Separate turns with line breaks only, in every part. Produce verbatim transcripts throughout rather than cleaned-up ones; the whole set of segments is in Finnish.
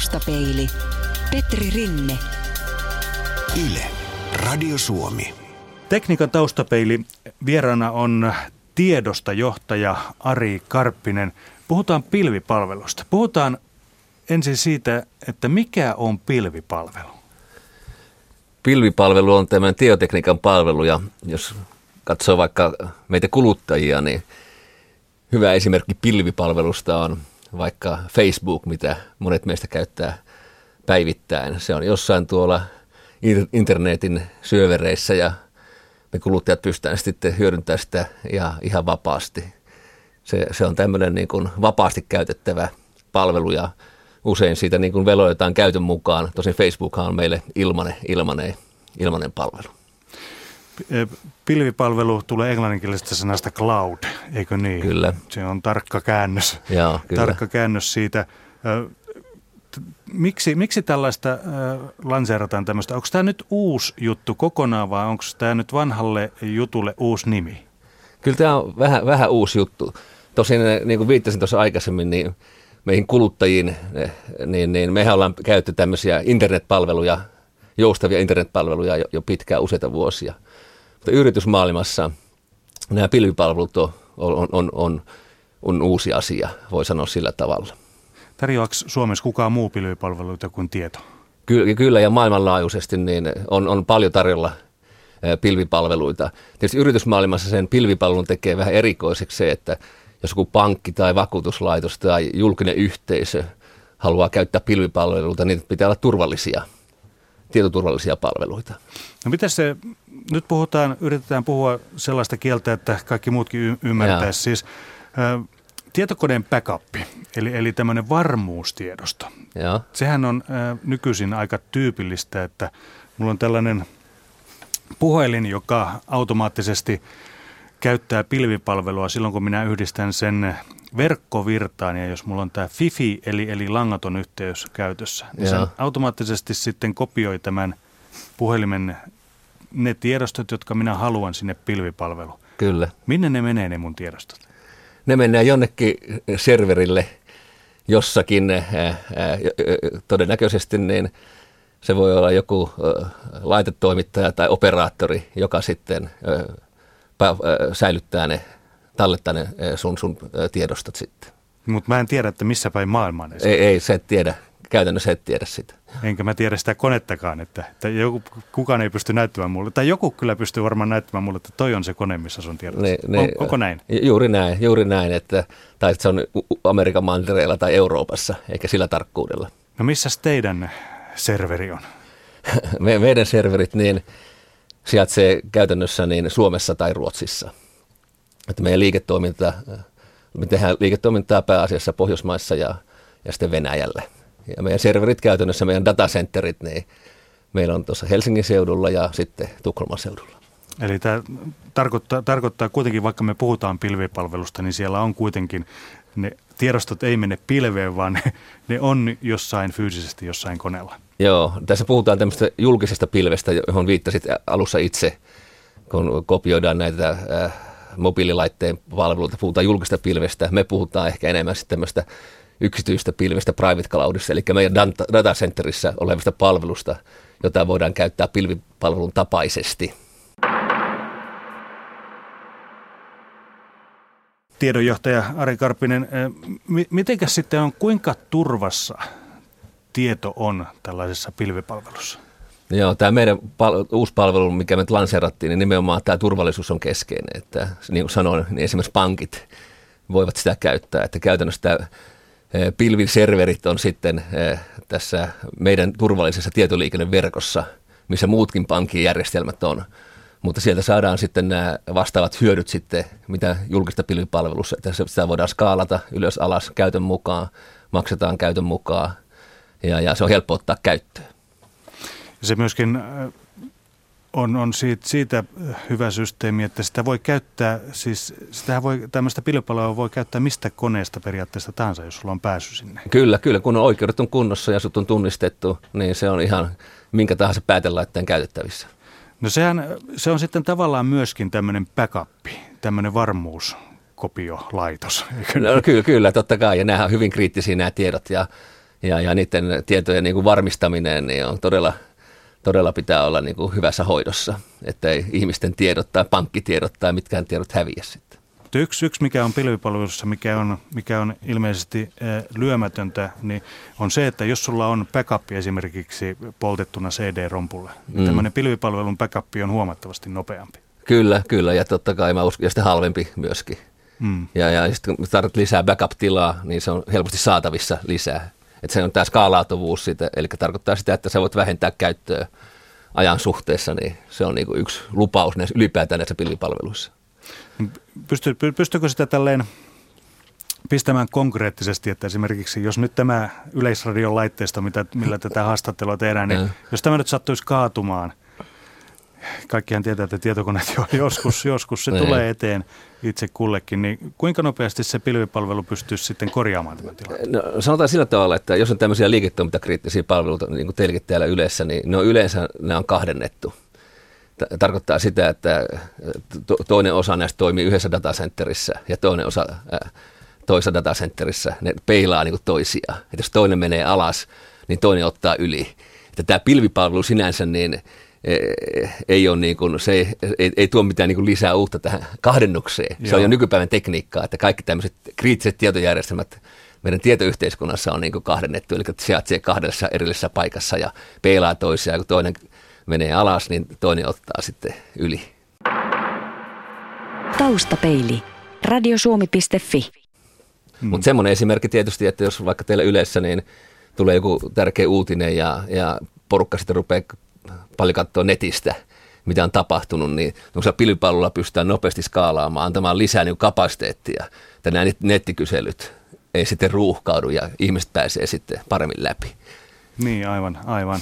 taustapeili. Petri Rinne.
Yle, Radio Suomi.
Tekniikan taustapeili vieraana on tiedostajohtaja Ari Karppinen. Puhutaan pilvipalvelusta. Puhutaan ensin siitä, että mikä on pilvipalvelu?
Pilvipalvelu on tämän tietotekniikan palvelu, ja jos katsoo vaikka meitä kuluttajia, niin hyvä esimerkki pilvipalvelusta on vaikka Facebook, mitä monet meistä käyttää päivittäin. Se on jossain tuolla internetin syövereissä ja me kuluttajat pystytään sitten hyödyntämään sitä ja ihan vapaasti. Se, se on tämmöinen niin kuin vapaasti käytettävä palvelu ja usein siitä niin kuin veloitetaan käytön mukaan. Tosin Facebookhan on meille ilmanen, ilmanen, ilmanen palvelu.
Pilvipalvelu tulee englanninkielisestä sanasta cloud, eikö niin?
Kyllä.
Se on tarkka käännös.
Joo, kyllä.
Tarkka käännös siitä. Miksi, miksi tällaista lanseerataan tämmöistä? Onko tämä nyt uusi juttu kokonaan vai onko tämä nyt vanhalle jutulle uusi nimi?
Kyllä tämä on vähän, vähän uusi juttu. Tosin niin kuin viittasin tuossa aikaisemmin, niin meihin kuluttajiin, niin, niin mehän ollaan käytetty tämmöisiä internetpalveluja, joustavia internetpalveluja jo, jo pitkään useita vuosia. Mutta yritysmaailmassa nämä pilvipalvelut on, on, on, on, on uusi asia, voi sanoa sillä tavalla.
Tarjoaako Suomessa kukaan muu pilvipalveluita kuin tieto?
Kyllä, kyllä ja maailmanlaajuisesti niin on, on paljon tarjolla pilvipalveluita. Tietysti yritysmaailmassa sen pilvipalvelun tekee vähän erikoiseksi se, että jos joku pankki tai vakuutuslaitos tai julkinen yhteisö haluaa käyttää pilvipalveluita, niin pitää olla turvallisia, tietoturvallisia palveluita.
No miten se, nyt puhutaan, yritetään puhua sellaista kieltä, että kaikki muutkin y- ymmärtäisi. Siis ä, tietokoneen backup, eli, eli tämmöinen varmuustiedosto.
Ja.
Sehän on ä, nykyisin aika tyypillistä, että mulla on tällainen puhelin, joka automaattisesti käyttää pilvipalvelua silloin, kun minä yhdistän sen verkkovirtaan, ja jos mulla on tämä Fi-Fi, eli, eli langaton yhteys käytössä, niin se automaattisesti sitten kopioi tämän puhelimen ne tiedostot, jotka minä haluan sinne pilvipalveluun.
Kyllä.
Minne ne menee ne mun tiedostot?
Ne menee jonnekin serverille jossakin, ää, ää, todennäköisesti niin se voi olla joku ää, laitetoimittaja tai operaattori, joka sitten ää, säilyttää ne, tallettaa ne sun, sun tiedostot sitten.
Mutta mä en tiedä, että missä päin maailmaa ne.
Ei, ei, sä et tiedä. Käytännössä et tiedä sitä.
Enkä mä tiedä sitä konettakaan, että, että joku, kukaan ei pysty näyttämään mulle. Tai joku kyllä pystyy varmaan näyttämään mulle, että toi on se kone, missä sun tiedostot. Ne, ne, on, onko näin?
Juuri näin, juuri näin. Että, tai että se on Amerikan mantereella tai Euroopassa, eikä sillä tarkkuudella.
No missäs teidän serveri on?
Me, meidän serverit niin sijaitsee käytännössä niin Suomessa tai Ruotsissa. Että meidän liiketoiminta, me tehdään liiketoimintaa pääasiassa Pohjoismaissa ja, ja sitten Venäjällä. Ja meidän serverit käytännössä, meidän datacenterit, niin meillä on tuossa Helsingin seudulla ja sitten Tukholman seudulla.
Eli tämä tarkoittaa, tarkoittaa kuitenkin, vaikka me puhutaan pilvipalvelusta, niin siellä on kuitenkin, ne tiedostot ei mene pilveen, vaan ne, ne on jossain fyysisesti jossain koneella.
Joo, tässä puhutaan tämmöistä julkisesta pilvestä, johon viittasit alussa itse, kun kopioidaan näitä äh, mobiililaitteen palveluita, puhutaan julkista pilvestä. Me puhutaan ehkä enemmän sitten tämmöistä yksityistä pilvestä private cloudissa, eli meidän datacenterissä olevista palvelusta, jota voidaan käyttää pilvipalvelun tapaisesti.
Tiedonjohtaja Ari Karppinen, mitenkäs sitten on, kuinka turvassa tieto on tällaisessa pilvipalvelussa?
Joo, tämä meidän pal- uusi palvelu, mikä me lanseerattiin, niin nimenomaan tämä turvallisuus on keskeinen. Että, niin kuin sanoin, niin esimerkiksi pankit voivat sitä käyttää, että käytännössä tämä pilviserverit on sitten tässä meidän turvallisessa tietoliikenneverkossa, missä muutkin pankkijärjestelmät on. Mutta sieltä saadaan sitten nämä vastaavat hyödyt sitten, mitä julkista pilvipalvelussa, että sitä voidaan skaalata ylös alas käytön mukaan, maksetaan käytön mukaan ja, ja se on helppo ottaa käyttöön.
Se myöskin on, on siitä, siitä hyvä systeemi, että sitä voi käyttää, siis sitä voi, tämmöistä pilvipalvelua voi käyttää mistä koneesta periaatteessa tahansa, jos sulla on päässyt sinne.
Kyllä, kyllä, kun on oikeudet on kunnossa ja sut on tunnistettu, niin se on ihan minkä tahansa päätelaitteen käytettävissä.
No sehän, se on sitten tavallaan myöskin tämmöinen backup, tämmöinen varmuuskopiolaitos.
No, kyllä, kyllä, totta kai, ja nämähän on hyvin kriittisiä nämä tiedot, ja ja, ja niiden tietojen niin kuin varmistaminen niin on todella, todella pitää olla niin kuin hyvässä hoidossa, että ei ihmisten tiedot tai pankkitiedot tai mitkään tiedot häviä sitten.
Yksi, yksi mikä on pilvipalvelussa, mikä on, mikä on ilmeisesti äh, lyömätöntä, niin on se, että jos sulla on backup esimerkiksi poltettuna C D-rompulle, niin mm. tämmöinen pilvipalvelun backup on huomattavasti nopeampi.
Kyllä, kyllä, ja totta kai mä uskon, ja sitten halvempi myöskin. Mm. Ja, ja sitten kun tarvitset lisää backup-tilaa, niin se on helposti saatavissa lisää. Että se on tämä skaalautuvuus siitä, eli tarkoittaa sitä, että sä voit vähentää käyttöä ajan suhteessa, niin se on niinku yksi lupaus näissä, ylipäätään näissä pilvipalveluissa.
Pysty, pystyykö sitä tälleen pistämään konkreettisesti, että esimerkiksi jos nyt tämä Yleisradion laitteisto, mitä, millä tätä haastattelua tehdään, niin jos tämä nyt sattuisi kaatumaan, kaikkihan tietää, että tietokoneet jo joskus, joskus se tulee eteen itse kullekin, niin kuinka nopeasti se pilvipalvelu pystyisi sitten korjaamaan tämän tilanteen?
No, sanotaan sillä tavalla, että jos on tämmöisiä liiketoimintakriittisiä palveluita, niin kuin teilläkin täällä Ylessä, niin ne on yleensä ne on kahdennettu. Tarkoittaa sitä, että toinen osa näistä toimii yhdessä datacenterissä ja toinen osa toisessa datacenterissä. Ne peilaa niin kuin toisiaan. Että jos toinen menee alas, niin toinen ottaa yli. Että tämä pilvipalvelu sinänsä niin ei, ole niin kuin, se ei, ei, ei tuo mitään niin kuin lisää uutta tähän kahdennukseen. Se Joo. on jo nykypäivän tekniikkaa, että kaikki tämmöiset kriittiset tietojärjestelmät meidän tietoyhteiskunnassa on niin kuin kahdennettu, eli sijaitsee kahdessa erillisessä paikassa ja peilaa toisiaan, kun toinen menee alas, niin toinen ottaa sitten yli.
Taustapeili. radiosuomi piste fi.
Hmm. Mutta semmoinen esimerkki tietysti, että jos vaikka teillä Ylessä niin tulee joku tärkeä uutinen ja, ja porukka sitten rupeaa paljon katsoa netistä, mitä on tapahtunut, niin pilvipalvelulla pystytään nopeasti skaalaamaan, antamaan lisää niin kapasiteettia, että nämä nettikyselyt ei sitten ruuhkaudu ja ihmiset pääsee sitten paremmin läpi.
Niin, aivan, aivan.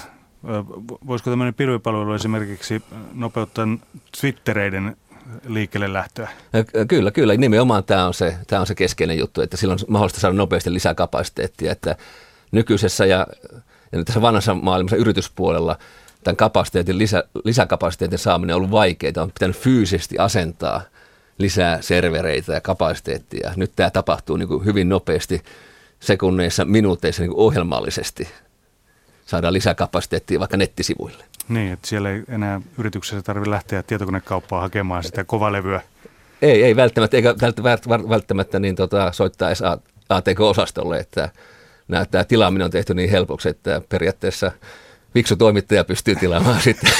Voisiko tämmöinen pilvipalvelu esimerkiksi nopeuttaa Twittereiden liikkeelle lähtöä?
Kyllä, kyllä. Nimenomaan tämä on se, tämä on se keskeinen juttu, että silloin on mahdollista saada nopeasti lisää kapasiteettia, että nykyisessä ja, ja tässä vanhassa maailmassa yrityspuolella tämän kapasiteetin, lisä, lisäkapasiteetin saaminen on ollut vaikeaa. On pitänyt fyysisesti asentaa lisää servereitä ja kapasiteettia. Nyt tämä tapahtuu niin kuin hyvin nopeasti sekunneissa, minuuteissa niin kuin ohjelmallisesti. Saadaan lisää kapasiteettia vaikka nettisivuille.
Niin, että siellä ei enää yrityksessä tarvitse lähteä tietokonekauppaan hakemaan sitä kovalevyä.
Ei, ei välttämättä, eikä välttämättä niin tota, soittaa edes A T K-osastolle, että tämä tilaaminen on tehty niin helpoksi, että periaatteessa fiksu toimittaja pystyy tilaamaan sitten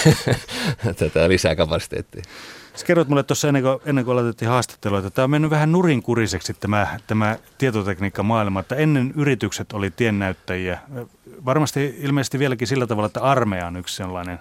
tätä lisää kapasiteettia.
Sä kerroit mulle tuossa ennen kuin, ennen kuin aloitettiin haastattelua, että tämä on mennyt vähän nurinkuriseksi tämä, tämä tietotekniikkamaailma, että ennen yritykset oli tiennäyttäjiä. Varmasti ilmeisesti vieläkin sillä tavalla, että armeija on yksi sellainen,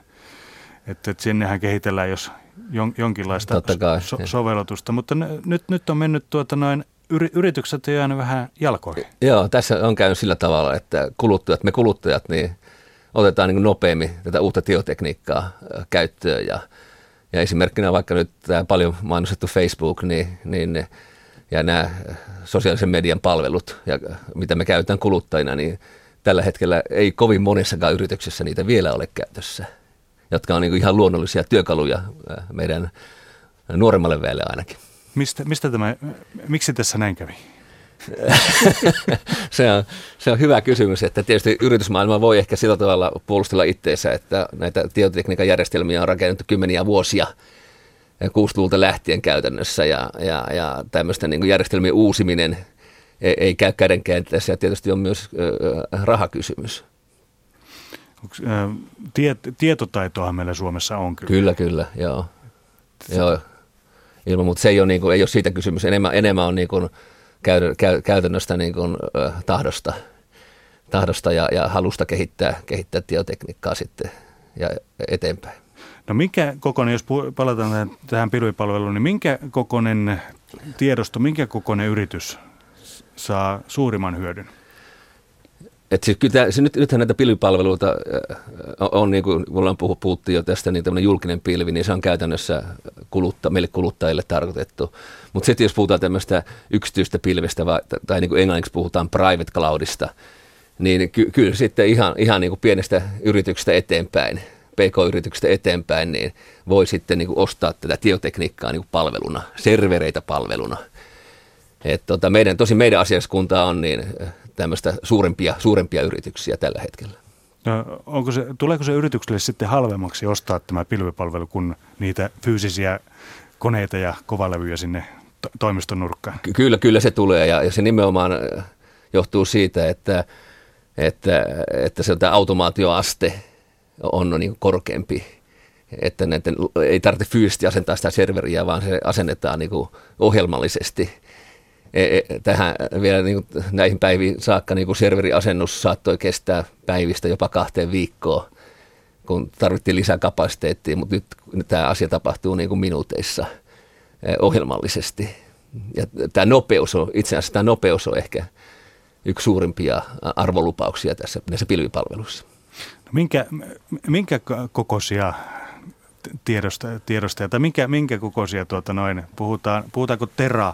että, että sinnehän kehitellään jos jon, jonkinlaista so, sovellutusta, mutta n, nyt, nyt on mennyt tuota noin, yri, yritykset on jäänyt vähän jalkoihin.
Joo, tässä on käynyt sillä tavalla, että kuluttajat, me kuluttajat, niin otetaan niin kuin nopeammin tätä uutta tietotekniikkaa käyttöön ja Ja esimerkkinä vaikka nyt tämä paljon mainostettu Facebook niin, niin, ja nämä sosiaalisen median palvelut, ja mitä me käytetään kuluttajina, niin tällä hetkellä ei kovin monessakaan yrityksessä niitä vielä ole käytössä, jotka on niin kuin ihan luonnollisia työkaluja meidän nuoremmalle väelle ainakin.
Mistä, mistä tämä, miksi tässä näin kävi?
se, on, se on hyvä kysymys, että tietysti yritysmaailma voi ehkä sillä tavalla puolustella itseensä, että näitä tietotekniikan järjestelmiä on rakennettu kymmeniä vuosia, kuusikymmentäluvulta lähtien käytännössä, ja, ja, ja tämmöisten niin kuin järjestelmien uusiminen ei, ei käy kädenkäänteessä, ja tietysti on myös äh, rahakysymys.
Onks, äh, tiet, tietotaitoa meillä Suomessa on kyllä.
Kyllä, kyllä, joo. joo. Ilman, mutta se ei ole, niin kuin, ei ole siitä kysymys, enemmän, enemmän on niin kuin käytännöstä niin kuin, äh, tahdosta, tahdosta ja, ja halusta kehittää, kehittää tietotekniikkaa sitten ja eteenpäin.
No minkä kokoinen, jos palataan tähän, tähän pilvipalveluun, niin minkä kokoinen tiedosto, minkä kokoinen yritys saa suurimman hyödyn?
Et siis kyllä, se nyt, nythän näitä pilvipalveluita on, on niin kuin ollaan puhuttu jo tästä, niin tämmöinen julkinen pilvi, niin se on käytännössä kulutta, meille kuluttajille tarkoitettu. Mutta sitten jos puhutaan tämmöistä yksityistä pilvestä, vai, tai niin kuin englanniksi puhutaan private cloudista, niin ky, kyllä sitten ihan, ihan niin kuin pienestä yrityksestä eteenpäin, P K-yrityksestä eteenpäin, niin voi sitten niin kuin ostaa tätä tietotekniikkaa niin kuin palveluna, servereitä palveluna. Et tota meidän, tosi meidän asiakaskunta on niin tämmöistä suurempia, suurempia yrityksiä tällä hetkellä.
No, onko se, tuleeko se yritykselle sitten halvemmaksi ostaa tämä pilvipalvelu, kun niitä fyysisiä koneita ja kovalevyjä sinne to- toimiston nurkkaan?
Ky- kyllä, kyllä se tulee ja, ja se nimenomaan johtuu siitä, että, että, että se tämä automaatioaste on niin korkeampi. Että näiden, ei tarvitse fyysisesti asentaa sitä serveriä, vaan se asennetaan niin kuin ohjelmallisesti. Tähän vielä niin kuin näihin päiviin saakka niin kuin serveriasennus saattoi kestää päivistä jopa kahteen viikkoon, kun tarvittiin lisää kapasiteettia, mutta nyt, nyt tämä asia tapahtuu niin kuin minuuteissa ohjelmallisesti. Ja tämä nopeus on, itse asiassa tämä nopeus on ehkä yksi suurimpia arvolupauksia tässä näissä pilvipalveluissa.
No minkä, minkä kokoisia tiedosta, tiedosta tai minkä, minkä kokoisia tuota noin, puhutaan, puhutaanko tera,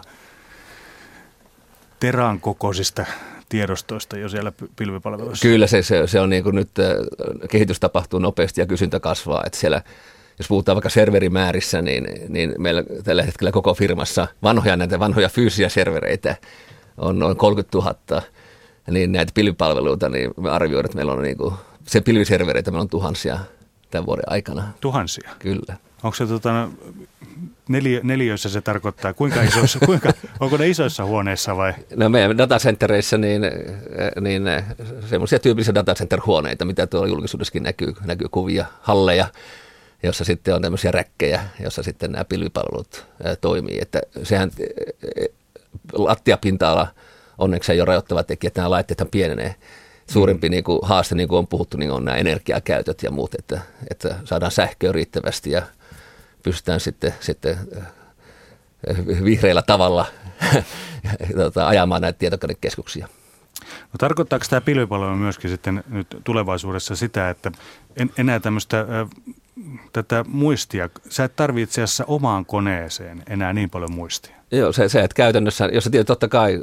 teran kokoisista tiedostoista jo siellä pilvipalveluissa?
Kyllä se, se, se on niin kuin nyt, kehitys tapahtuu nopeasti ja kysyntä kasvaa, että siellä, jos puhutaan vaikka serverimäärissä, niin, niin meillä tällä hetkellä koko firmassa vanhoja näitä vanhoja fyysisiä servereitä on noin kolmekymmentätuhatta, niin näitä pilvipalveluita, niin me arvioidaan, että meillä on niin kuin, se pilviservereitä meillä on tuhansia tämän vuoden aikana.
Tuhansia?
Kyllä.
Onko se tota, neliö, neliöissä se tarkoittaa, kuinka isoissa, kuinka, onko ne isoissa huoneissa vai?
No meidän datacentereissä niin, niin semmoisia tyypillisiä datacenter-huoneita, mitä tuolla julkisuudessakin näkyy, näkyy kuvia, halleja, jossa sitten on tämmöisiä räkkejä, jossa sitten nämä pilvipalvelut toimii. Että sehän lattiapinta-ala onneksi ei ole rajoittava tekijä, että nämä laitteethan pienenee. Suurempi niin kuin, haaste, niin kuin on puhuttu, niin on nämä energiakäytöt ja muut, että, että saadaan sähköä riittävästi ja pystytään sitten, sitten vihreällä tavalla tota, ajamaan näitä tietokonekeskuksia.
No, tarkoittaako tämä pilvipalvelu myöskin sitten nyt tulevaisuudessa sitä, että en, enää tämmöistä äh, tätä muistia, sä et tarvitse itse asiassa omaan koneeseen enää niin paljon muistia? Joo,
se, se että käytännössä, jos sä tiedät, totta kai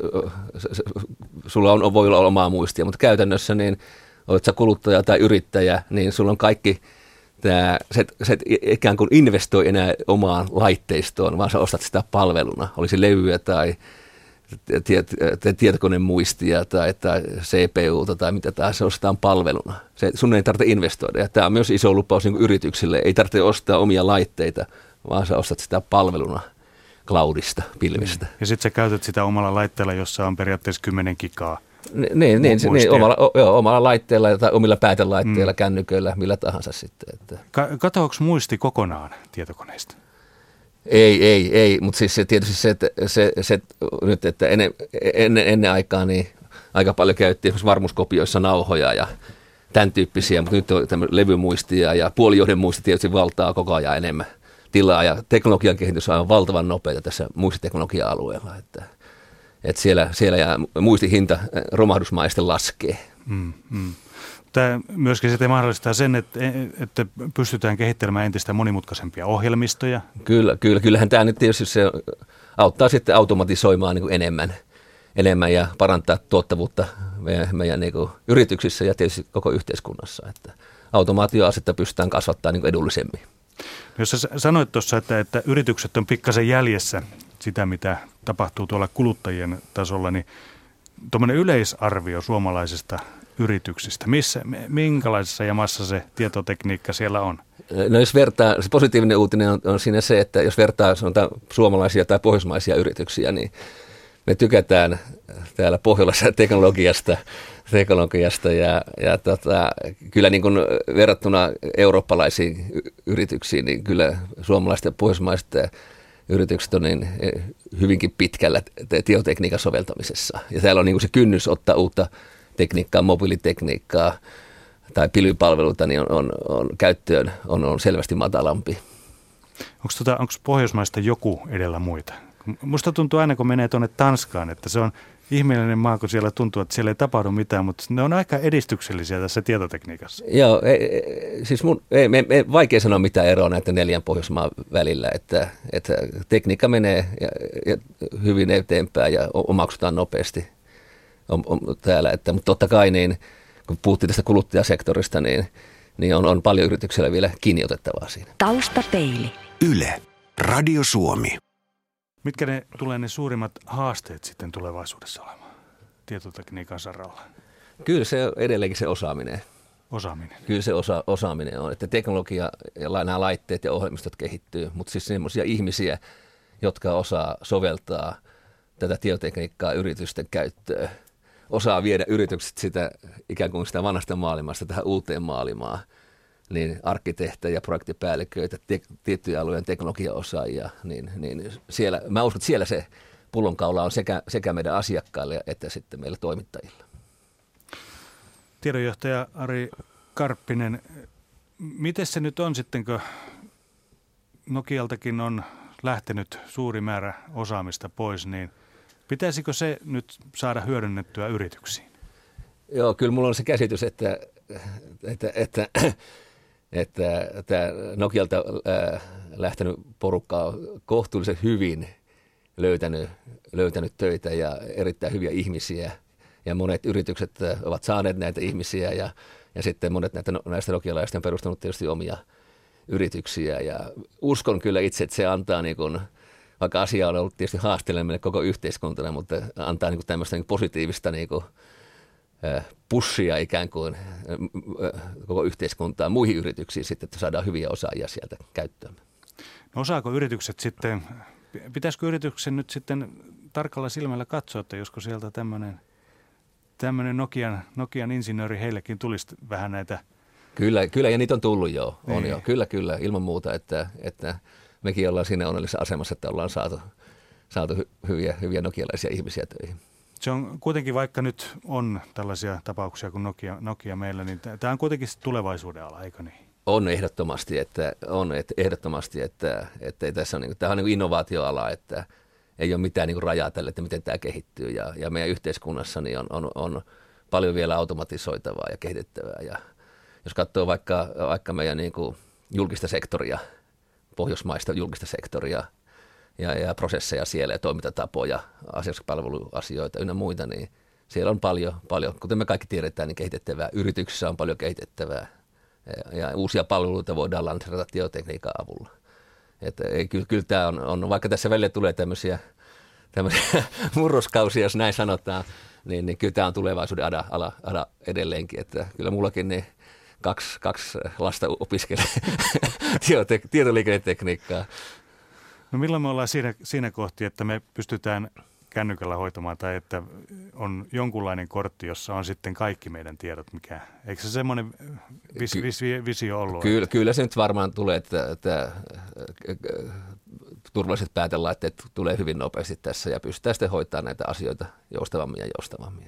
sulla on, voi olla omaa muistia, mutta käytännössä niin olet sä kuluttaja tai yrittäjä, niin sulla on kaikki tämä, se, se ikään kuin investoi enää omaan laitteistoon, vaan sä ostat sitä palveluna, olisi levyä tai tiet, tietokonemuistia tai, tai C P Uta tai mitä tahansa, se ostetaan palveluna. Se, sun ei tarvitse investoida. Ja tämä on myös iso lupaus niin kuin yrityksille. Ei tarvitse ostaa omia laitteita, vaan sä ostat sitä palveluna cloudista, pilvestä.
Ja sitten sä käytät sitä omalla laitteella, jossa on periaatteessa kymmenen gigaa.
Niin, niin, niin omalla, joo, omalla laitteella tai omilla päätelaitteilla, mm. kännyköillä, millä tahansa sitten. Että.
Ka- katoako muisti kokonaan tietokoneista?
Ei, ei, ei, mutta siis se, tietysti se, että, se, se, nyt, että ennen, ennen, ennen aikaa niin aika paljon käytettiin esimerkiksi varmuuskopioissa nauhoja ja tämän tyyppisiä, mutta nyt on levymuistia ja puolijohden muisti tietysti valtaa koko ajan enemmän tilaa ja teknologian kehitys on valtavan nopeita tässä muistiteknologia-alueella, että, että siellä, siellä ja muistihinta romahdusmaisesti laskee.
Mm, mm. Tämä myöskin sitten mahdollistaa sen, että, että pystytään kehittelemään entistä monimutkaisempia ohjelmistoja.
Kyllä, kyllä. Kyllähän tämä nyt tietysti se auttaa sitten automatisoimaan niin kuin enemmän, enemmän ja parantaa tuottavuutta meidän, meidän niin kuin yrityksissä ja tietysti koko yhteiskunnassa. Että automaatioasetta pystytään kasvattamaan niin kuin edullisemmin.
Jos sä sanoit tuossa, että, että yritykset on pikkasen jäljessä sitä, mitä tapahtuu tuolla kuluttajien tasolla, niin tuommoinen yleisarvio suomalaisesta yrityksistä. Missä, minkälaisessa jamassa se tietotekniikka siellä on?
No jos vertaa, se positiivinen uutinen on, on siinä se, että jos vertaa sanotaan, suomalaisia tai pohjoismaisia yrityksiä, niin me tykätään täällä Pohjolassa teknologiasta, teknologiasta ja, ja tota, kyllä niin kuin verrattuna eurooppalaisiin yrityksiin, niin kyllä suomalaiset ja pohjoismaiset yritykset on niin hyvinkin pitkällä tietotekniikan soveltamisessa. Ja täällä on niin kuin se kynnys ottaa uutta tekniikkaa, mobiilitekniikkaa tai pilvipalveluita, niin on, on, on käyttöön on, on selvästi matalampi.
Onko tota, Pohjoismaista joku edellä muita? Musta tuntuu aina, kun menee tuonne Tanskaan, että se on ihmeellinen maa, kun siellä tuntuu, että siellä ei tapahdu mitään, mutta ne on aika edistyksellisiä tässä tietotekniikassa.
Joo, ei, siis mun, ei, me, me, vaikea sanoa mitään eroa näiden neljän Pohjoismaan välillä, että, että tekniikka menee ja, ja hyvin eteenpäin ja omaksutaan nopeasti on, on täällä, että, mutta totta kai niin, kun puhuttiin tästä kuluttajasektorista, niin, niin on, on paljon yrityksillä vielä kiinni otettavaa siinä.
Taustapeili.
Yle. Radio Suomi.
Mitkä ne tulee ne suurimmat haasteet sitten tulevaisuudessa olemaan? tietotekniikan saralla?
Kyllä se edelleenkin se osaaminen.
Osaaminen.
Kyllä se osa, osaaminen on, että teknologia ja nämä laitteet ja ohjelmistot kehittyy, mutta siis semmoisia ihmisiä, jotka osaa soveltaa tätä tietotekniikkaa yritysten käyttöön, osaa viedä yritykset sitä ikään kuin sitä vanhasta maailmasta tähän uuteen maailmaan, niin arkkitehtejä, projektipäälliköitä, te, tiettyjä alueen teknologiaosaajia, niin, niin siellä, mä uskon, että siellä se pullonkaula on sekä, sekä meidän asiakkaille että sitten meillä toimittajilla.
Tiedonjohtaja Ari Karppinen, miten se nyt on sitten, kun Nokialtakin on lähtenyt suuri määrä osaamista pois, niin pitäisikö se nyt saada hyödynnettyä yrityksiin?
Joo, kyllä mulla on se käsitys, että, että, että, että tämä Nokialta äh, lähtenyt porukka on kohtuullisen hyvin löytänyt, löytänyt töitä ja erittäin hyviä ihmisiä. Ja monet yritykset ovat saaneet näitä ihmisiä ja, ja sitten monet näitä, näistä nokialaisista on perustanut tietysti omia yrityksiä. Ja uskon kyllä itse, että se antaa, niin kuin, vaikka asia on ollut tietysti haasteellinen koko yhteiskuntana, mutta antaa niin kuin tämmöistä niin kuin positiivista niin kuin, pushia ikään kuin koko yhteiskuntaan muihin yrityksiin sitten, että saadaan hyviä osaajia sieltä käyttöön.
No osaako yritykset sitten, pitäisikö yrityksen nyt sitten tarkalla silmällä katsoa, että josko sieltä tämmöinen Tämmöinen Nokian, Nokian insinööri heillekin tulisi vähän näitä.
Kyllä, kyllä ja niitä on tullut jo. On
niin.
jo. Kyllä, kyllä, ilman muuta, että, että mekin ollaan siinä onnellisessa asemassa, että ollaan saatu, saatu hyviä, hyviä nokialaisia ihmisiä töihin.
Se on kuitenkin, vaikka nyt on tällaisia tapauksia kuin Nokia, Nokia meillä, niin tämä on kuitenkin tulevaisuuden ala, eikö niin?
On ehdottomasti, että, on, että, ehdottomasti, että, että tässä on, niin kuin, tämä on niin kuin innovaatioala, että ei ole mitään niin kuin rajaa tälle, että miten tämä kehittyy ja, ja meidän yhteiskunnassa niin on, on, on paljon vielä automatisoitavaa ja kehitettävää. Ja jos katsoo vaikka, vaikka meidän niin kuin julkista sektoria, pohjoismaista julkista sektoria ja, ja prosesseja siellä ja toimintatapoja, asiakaspalveluasioita ynnä muita, niin siellä on paljon, paljon, kuten me kaikki tiedetään, niin kehitettävää. Yrityksissä on paljon kehitettävää ja, ja uusia palveluita voidaan lanserata tietotekniikan avulla. Että ei, kyllä, kyllä tämä on, on, vaikka tässä välillä tulee tämmöisiä, tämmöisiä murroskausia, jos näin sanotaan, niin, niin kyllä tämä on tulevaisuuden ada, ala, ada edelleenkin. Että kyllä mullakin niin kaksi, kaksi lasta opiskelee tietoliikennetekniikkaa.
No milloin me ollaan siinä, siinä kohti, että me pystytään kännykällä hoitamaan tai että on jonkunlainen kortti, jossa on sitten kaikki meidän tiedot, mikä, eikö se semmoinen vis, vis, visio ollut?
Kyllä, kyllä se nyt varmaan tulee, että, että turvalliset päätelaitteet tulee hyvin nopeasti tässä ja pystytään sitten hoitamaan näitä asioita joustavammin ja joustavammin.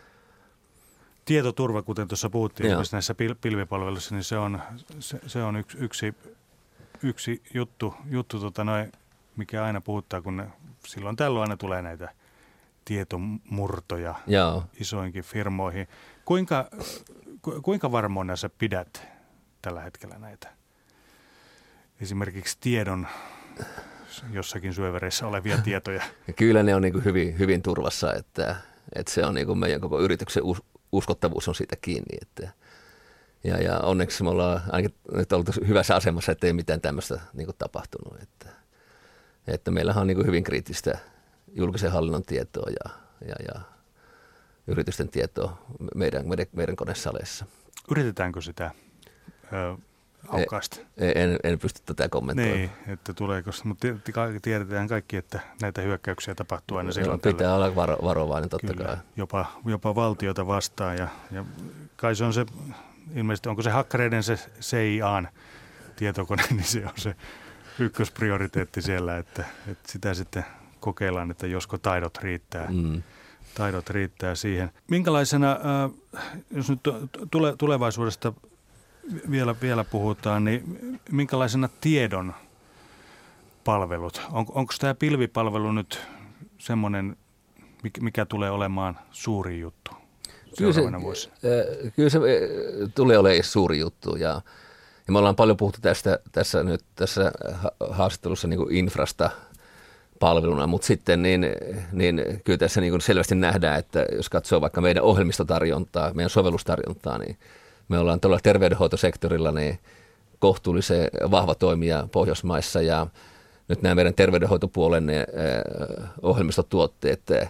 Tietoturva, kuten tuossa puhuttiin esimerkiksi näissä pil- pilvipalveluissa, niin se on, se, se on yksi, yksi, yksi juttu, juttu tota noin, mikä aina puhuttaa, kun ne, silloin tällöin aina tulee näitä tietomurtoja Joo. isoinkin firmoihin. Kuinka, ku, kuinka varmoina sä pidät tällä hetkellä näitä esimerkiksi tiedon jossakin syövereissä olevia tietoja?
Kyllä ne on niin kuin hyvin, hyvin turvassa, että, että se on niin kuin meidän koko yrityksen uskottavuus on siitä kiinni. Että, ja, ja onneksi me ollaan ainakin nyt oltu hyvässä asemassa, että ei mitään tämmöistä niin kuin tapahtunut. Että, että meillähän on niin kuin hyvin kriittistä julkisen hallinnon tietoa ja, ja, ja yritysten tietoa meidän, meidän, meidän konesaleissa.
Yritetäänkö sitä ö, aukaista?
En, en pysty tätä kommentoimaan.
Niin, että tuleeko, mutta tiedetään kaikki, että näitä hyökkäyksiä tapahtuu aina silloin.
Pitää
tällä.
olla varo, varovainen totta
Kyllä,
kai.
Jopa, jopa valtiota vastaan ja, ja kai se on se, ilmeisesti onko se hakkereiden se C I A:n tietokone, niin se on se ykkösprioriteetti siellä, että, että sitä sitten kokeillaan, että josko taidot riittää, mm. taidot riittää siihen. Minkälaisena, jos nyt tule, tulevaisuudesta vielä, vielä puhutaan, niin minkälaisena tiedon palvelut? On, onko tämä pilvipalvelu nyt semmoinen, mikä tulee olemaan suuri juttu seuraavana vuosina?
Kyllä se tulee olemaan suuri juttu ja Ja me ollaan paljon puhuttu tästä tässä nyt tässä haastattelussa niin kuin infrasta palveluna, mutta sitten niin, niin kyllä tässä niin kuin selvästi nähdään, että jos katsoo vaikka meidän ohjelmistotarjontaa, meidän sovellustarjontaa, niin me ollaan tuolla terveydenhoitosektorilla niin kohtuullisen vahva toimija Pohjoismaissa ja nyt nämä meidän terveydenhoitopuolen ohjelmistotuotteet,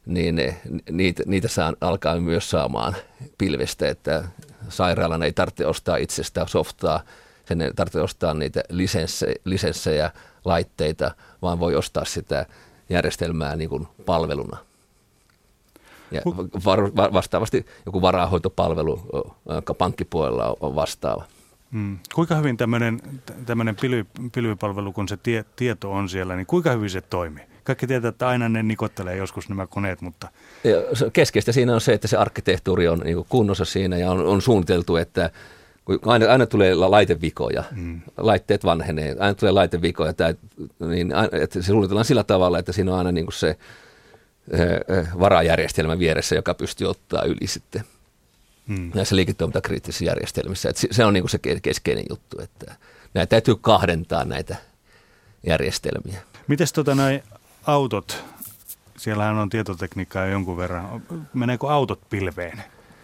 niin niitä, niitä saa, alkaa myös saamaan pilvestä, että sairaalan ei tarvitse ostaa itsestä softaa, sen ei tarvitse ostaa niitä lisenssejä, lisenssejä, laitteita, vaan voi ostaa sitä järjestelmää niin kuin palveluna. Ja vastaavasti joku varainhoitopalvelu pankkipuolella on vastaava.
Hmm. Kuinka hyvin tämmöinen, tämmöinen pilvi, pilvipalvelu, kun se tie, tieto on siellä, niin kuinka hyvin se toimii? Kaikki tietää, että aina ne nikottelee joskus nämä koneet, mutta...
Ja keskeistä siinä on se, että se arkkitehtuuri on niin kuin kunnossa siinä ja on, on suunniteltu, että aina, aina tulee laitevikoja, hmm. laitteet vanhenee, aina tulee laitevikoja, tai, niin, että se suunnitellaan sillä tavalla, että siinä on aina niin kuin se varajärjestelmä vieressä, joka pystyy ottaa yli sitten hmm. näissä liiketoimintakriittisissä järjestelmissä. Että se on niin kuin se keskeinen juttu, että näitä täytyy kahdentaa näitä järjestelmiä.
Mites tota noi autot? Siellähän on tietotekniikkaa jonkun verran. Meneekö autot pilveen?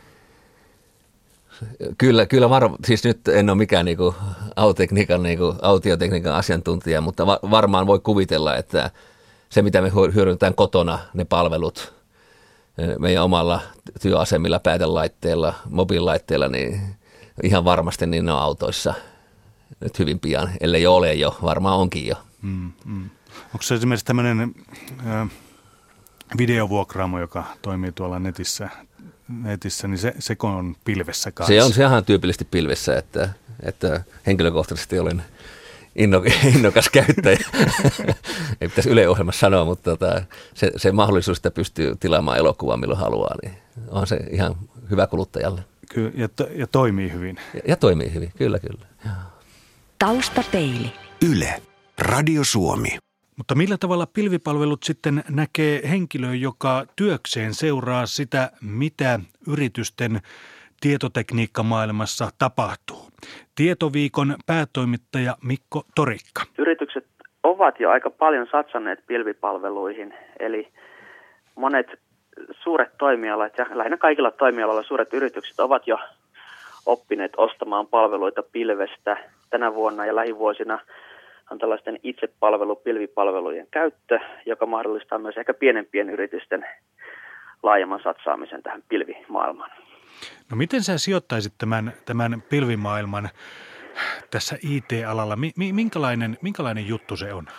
Kyllä, kyllä varma, siis nyt en ole mikään niinku autotekniikan, niinku autiotekniikan asiantuntija, mutta va- varmaan voi kuvitella, että se mitä me hyödynnetään kotona, ne palvelut meidän omalla työasemilla, päätelaitteilla, mobiililaitteilla, niin ihan varmasti niin on autoissa nyt hyvin pian, ellei ole jo, varmaan onkin jo. Mm, mm.
Onko se esimerkiksi tämmöinen äh, videovuokraamo, joka toimii tuolla netissä, netissä niin se, se on pilvessä kanssa?
Se on sehän tyypillisesti pilvessä, että, että henkilökohtaisesti olen innokas käyttäjä. Ei pitäisi Yle ohjelmassa sanoa, mutta tota, se, se mahdollisuus, että pystyy tilaamaan elokuvaa milloin haluaa, niin on se ihan hyvä kuluttajalle.
Kyllä, ja, to, ja toimii hyvin.
Ja, ja toimii hyvin, kyllä, kyllä.
Taustapeili.
Yle, Radio Suomi.
Mutta millä tavalla pilvipalvelut sitten näkee henkilö, joka työkseen seuraa sitä, mitä yritysten tietotekniikkamaailmassa tapahtuu? Tietoviikon päätoimittaja Mikko Torikka.
Yritykset ovat jo aika paljon satsanneet pilvipalveluihin, eli monet suuret toimialat ja lähinnä kaikilla toimialoilla suuret yritykset ovat jo oppineet ostamaan palveluita pilvestä. Tänä vuonna ja lähivuosina on tällaisten itsepalvelu-pilvipalvelujen käyttö, joka mahdollistaa myös ehkä pienempien yritysten laajemman satsaamisen tähän pilvimaailmaan.
No miten sä sijoittaisit tämän, tämän pilvimaailman tässä I T-alalla? Mi- minkälainen, minkälainen juttu se on?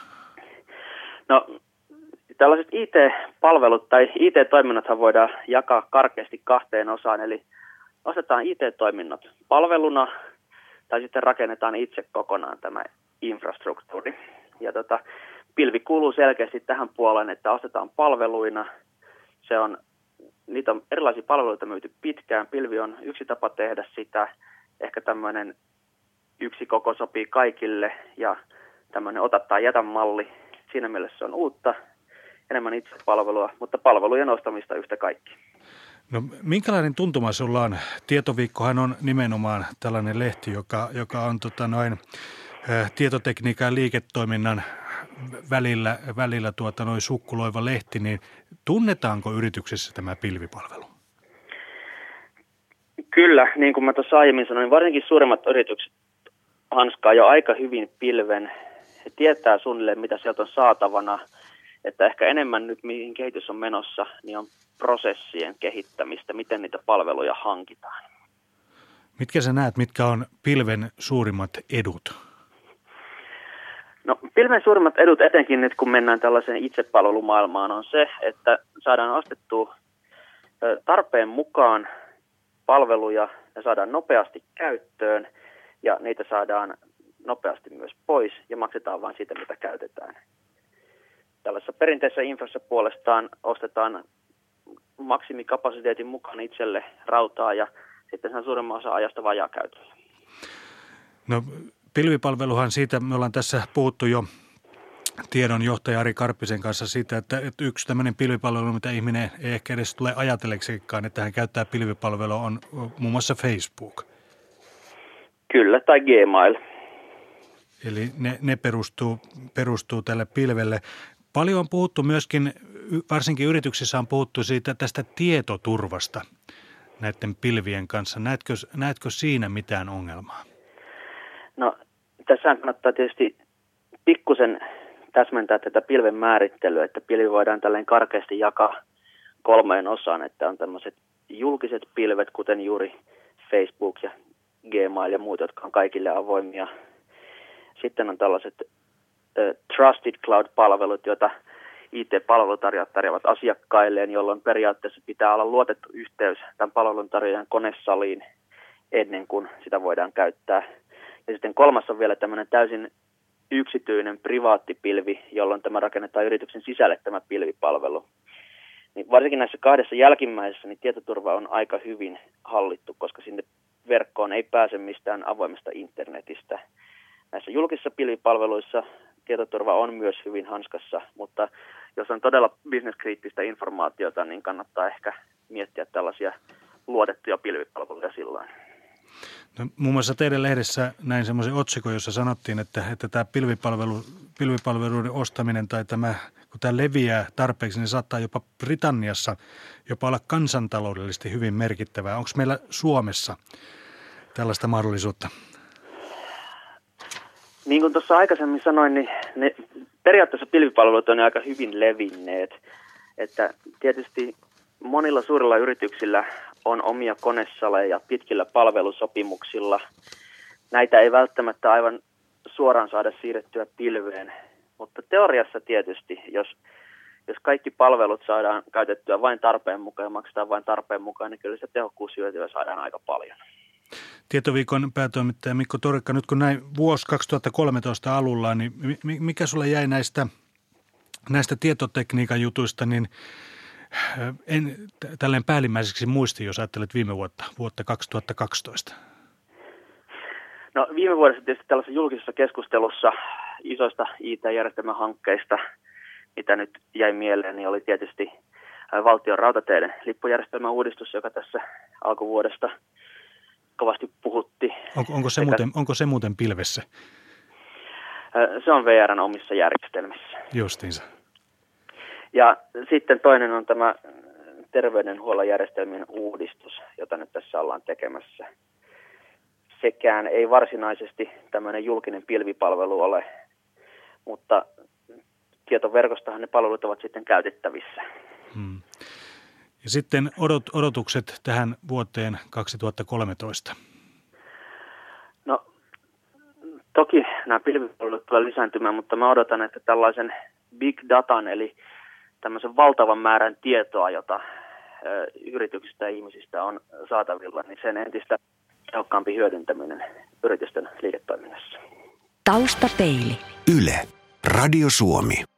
No tällaiset I T-palvelut tai I T-toiminnothan voidaan jakaa karkeasti kahteen osaan, eli ostetaan I T-toiminnot palveluna tai sitten rakennetaan itse kokonaan tämä infrastruktuuri. Ja tota, pilvi kuuluu selkeästi tähän puoleen, että ostetaan palveluina. Se on, niitä on erilaisia palveluita myyty pitkään. Pilvi on yksi tapa tehdä sitä. Ehkä tämmöinen yksi koko sopii kaikille ja tämmöinen ota tai jätä malli. Siinä mielessä se on uutta, enemmän itsepalvelua, mutta palvelujen ostamista yhtä kaikki.
No minkälainen tuntuma sulla on? Tietoviikkohan on nimenomaan tällainen lehti, joka, joka on tota noin, ä, tietotekniikan ja liiketoiminnan välillä, välillä tuota noin sukkuloiva lehti, niin tunnetaanko yrityksessä tämä pilvipalvelu?
Kyllä, niin kuin mä tuossa aiemmin sanoin, varsinkin suuremmat yritykset hanskaa jo aika hyvin pilven. He tietää suunnilleen, mitä sieltä on saatavana, että ehkä enemmän nyt, mihin kehitys on menossa, niin on prosessien kehittämistä, miten niitä palveluja hankitaan.
Mitkä sä näet, mitkä on pilven suurimmat edut?
No pilven suurimmat edut etenkin nyt, kun mennään tällaiseen itsepalvelumaailmaan, on se, että saadaan ostettua tarpeen mukaan palveluja ja saadaan nopeasti käyttöön ja niitä saadaan nopeasti myös pois ja maksetaan vain siitä, mitä käytetään. Tällaisessa perinteisessä infrassa puolestaan ostetaan maksimikapasiteetin mukaan itselle rautaa ja sitten sen suurimman osa ajasta vajaakäytöllä.
No pilvipalveluhan siitä, me ollaan tässä puhuttu jo tiedonjohtaja Ari Karppisen kanssa siitä, että, että yksi tämmöinen pilvipalvelu, mitä ihminen ei ehkä edes tule ajatelleksikaan, että hän käyttää pilvipalvelua, on muun muassa Facebook.
Kyllä, tai Gmail.
Eli ne, ne perustuu, perustuu tälle pilvelle. Paljon on puhuttu myöskin, varsinkin yrityksissä on puhuttu siitä tästä tietoturvasta näiden pilvien kanssa. Näetkö, näetkö siinä mitään ongelmaa?
No tässä kannattaa tietysti pikkusen täsmentää tätä pilven määrittelyä, että pilvi voidaan tälleen karkeasti jakaa kolmeen osaan, että on tämmöiset julkiset pilvet, kuten juuri Facebook ja Gmail ja muut, jotka on kaikille avoimia. Sitten on tällaiset uh, Trusted Cloud-palvelut, joita I T-palvelutarjoajat tarjoavat asiakkailleen, jolloin periaatteessa pitää olla luotettu yhteys tämän palveluntarjoajan konesaliin ennen kuin sitä voidaan käyttää. Ja sitten kolmas on vielä tämmöinen täysin yksityinen privaattipilvi, jolloin tämä rakennetaan yrityksen sisälle tämä pilvipalvelu. Niin varsinkin näissä kahdessa jälkimmäisessä niin tietoturva on aika hyvin hallittu, koska sinne verkkoon ei pääse mistään avoimesta internetistä. Näissä julkisissa pilvipalveluissa tietoturva on myös hyvin hanskassa, mutta jos on todella bisneskriittistä informaatiota, niin kannattaa ehkä miettiä tällaisia luotettuja pilvipalveluja silloin.
No, muun muassa teidän lehdessä näin semmoisen otsikon, jossa sanottiin, että, että tämä pilvipalvelu, pilvipalveluiden ostaminen tai tämä, kun tämä leviää tarpeeksi, niin saattaa jopa Britanniassa jopa olla kansantaloudellisesti hyvin merkittävää. Onko meillä Suomessa tällaista mahdollisuutta?
Niin kuin tuossa aikaisemmin sanoin, niin ne periaatteessa pilvipalvelut on aika hyvin levinneet. Että tietysti monilla suurilla yrityksillä on omia konesaleja pitkillä palvelusopimuksilla. Näitä ei välttämättä aivan suoraan saada siirrettyä pilveen, mutta teoriassa tietysti, jos, jos kaikki palvelut saadaan käytettyä vain tarpeen mukaan ja maksetaan vain tarpeen mukaan, niin kyllä se tehokkuushyötyä saadaan aika paljon.
Tietoviikon päätoimittaja Mikko Torikka, nyt kun näin vuosi kaksituhattakolmetoista alulla, niin mikä sulle jäi näistä, näistä tietotekniikan jutuista, niin en tälleen päällimmäiseksi muisti, jos ajattelet viime vuotta, vuotta kaksituhattakaksitoista?
No viime vuodessa tietysti tällaisessa julkisessa keskustelussa isoista I T-järjestelmähankkeista, mitä nyt jäi mieleen, niin oli tietysti valtion rautateiden lippujärjestelmän uudistus, joka tässä alkuvuodesta kovasti puhutti.
Onko, onko, se, muuten, onko se muuten pilvessä?
Se on V R:n omissa järjestelmissä.
Justiinsa.
Ja sitten toinen on tämä terveydenhuollon järjestelmien uudistus, jota nyt tässä ollaan tekemässä. Sekään ei varsinaisesti tämmöinen julkinen pilvipalvelu ole, mutta tietoverkostahan ne palvelut ovat sitten käytettävissä. Hmm.
Ja sitten odot, odotukset tähän vuoteen kaksituhattakolmetoista.
No toki nämä pilvipalvelut tulee lisääntymään, mutta mä odotan, että tällaisen big datan eli tämmöisen valtavan määrän tietoa, jota ö, yrityksistä ja ihmisistä on saatavilla, niin sen entistä tehokkaampi hyödyntäminen yritysten liiketoiminnassa.
Taustapeili.
Yle. Radio Suomi.